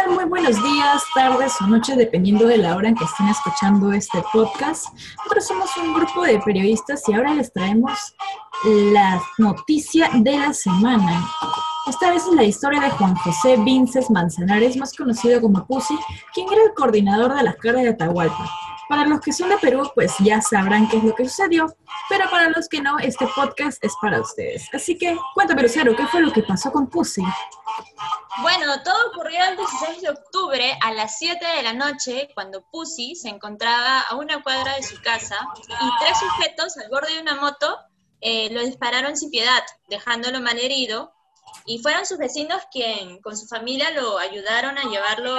tal? Muy buenos días, tardes o noches, dependiendo de la hora en que estén escuchando este podcast. Nosotros somos un grupo de periodistas y ahora les traemos la noticia de la semana. Esta vez es la historia de Juan José Vinces Manzanares, más conocido como Pussy, quien era el coordinador de las caras de Atahualpa. Para los que son de Perú, pues ya sabrán qué es lo que sucedió, pero para los que no, este podcast es para ustedes. Así que, cuéntame, Lucero, ¿qué fue lo que pasó con Pussy? Bueno, todo ocurrió el 16 de octubre a las 7 de la noche, cuando Pussy se encontraba a una cuadra de su casa y tres sujetos al borde de una moto lo dispararon sin piedad, dejándolo malherido, y fueron sus vecinos quien con su familia lo ayudaron a llevarlo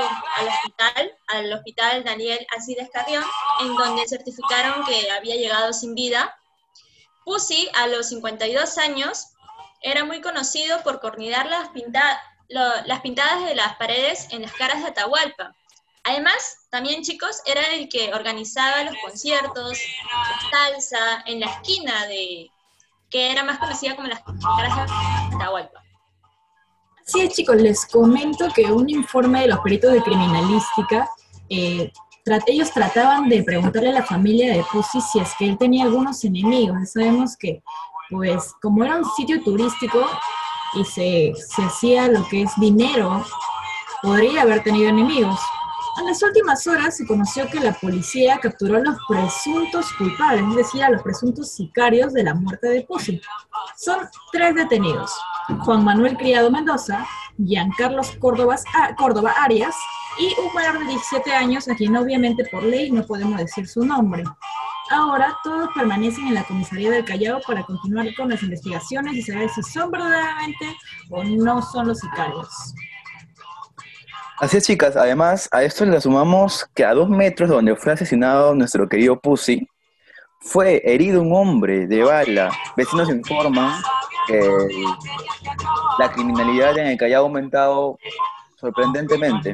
al hospital Daniel Alcides Carrión, en donde certificaron que había llegado sin vida. Pussy, a los 52 años, era muy conocido por coordinar las pintadas de las paredes en las caras de Atahualpa. Además, también, chicos, era el que organizaba los conciertos, la salsa, en la esquina que era más conocida como las caras de Atahualpa. Sí, chicos, les comento que un informe de los peritos de criminalística, ellos trataban de preguntarle a la familia de Pussy si es que él tenía algunos enemigos. Sabemos que, pues, como era un sitio turístico y se hacía lo que es dinero, podría haber tenido enemigos. En las últimas horas se conoció que la policía capturó a los presuntos culpables, es decir, a los presuntos sicarios de la muerte de Pussy. Son 3 detenidos: Juan Manuel Criado Mendoza, Giancarlos Córdoba Arias y un menor de 17 años a quien obviamente por ley no podemos decir su nombre. Ahora todos permanecen en la comisaría del Callao para continuar con las investigaciones y saber si son verdaderamente o no son los sicarios. Así es, chicas. Además, a esto le sumamos que a 2 metros de donde fue asesinado nuestro querido Pussy, fue herido un hombre de bala. Vecinos informan que la criminalidad en el Callao ha aumentado sorprendentemente.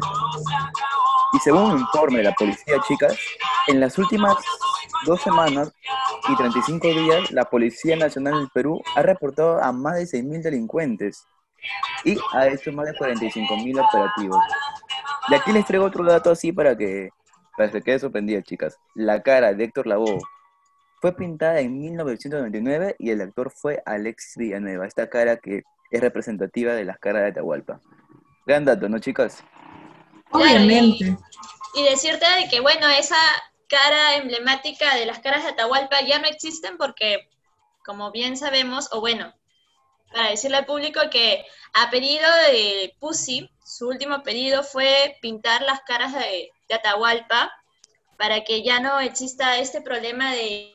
Y según un informe de la policía, chicas, en las últimas 2 semanas y 35 días, la Policía Nacional del Perú ha reportado a más de 6.000 delincuentes y ha hecho más de 45.000 operativos. Y aquí les traigo otro dato así para que se quede sorprendida, chicas. La cara de Héctor Lavoe fue pintada en 1999 y el actor fue Alexis Villanueva, esta cara que es representativa de las caras de Atahualpa. Gran dato, ¿no, chicas? Obviamente. Y decirte de que, bueno, esa cara emblemática de las caras de Atahualpa ya no existen porque, como bien sabemos, o bueno, para decirle al público que a pedido de Pussy, su último pedido fue pintar las caras de Atahualpa para que ya no exista este problema de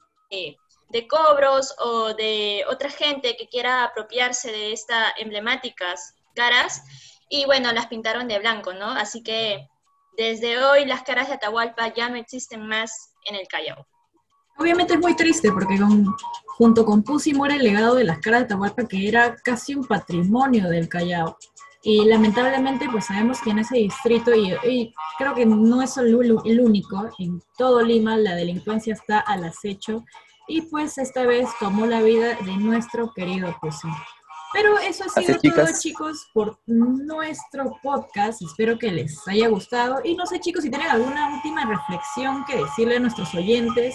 cobros o de otra gente que quiera apropiarse de estas emblemáticas caras, y bueno, las pintaron de blanco, ¿no? Así que desde hoy las caras de Atahualpa ya no existen más en el Callao. Obviamente es muy triste porque junto con Pussy muere el legado de las caras de Atahualpa, que era casi un patrimonio del Callao. Y lamentablemente pues sabemos que en ese distrito, y creo que no es el único, en todo Lima la delincuencia está al acecho, y pues esta vez tomó la vida de nuestro querido Pussy. Pero eso ha sido todo, chicos, por nuestro podcast. Espero que les haya gustado. Y no sé, chicos, si tienen alguna última reflexión que decirle a nuestros oyentes.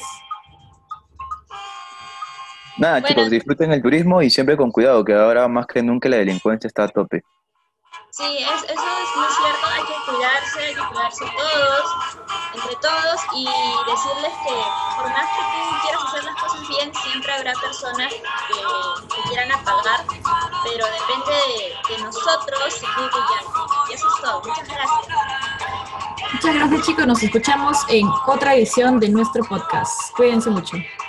Nada, bueno, chicos, disfruten el turismo y siempre con cuidado, que ahora más que nunca la delincuencia está a tope. Sí, eso es muy cierto, hay que cuidarse todos, entre todos, y decirles que por más que tú quieras hacer las cosas bien, siempre habrá personas que quieran apagar, pero depende de nosotros seguir brillando. Y eso es todo. Muchas gracias. Muchas gracias, chicos. Nos escuchamos en otra edición de nuestro podcast. Cuídense mucho.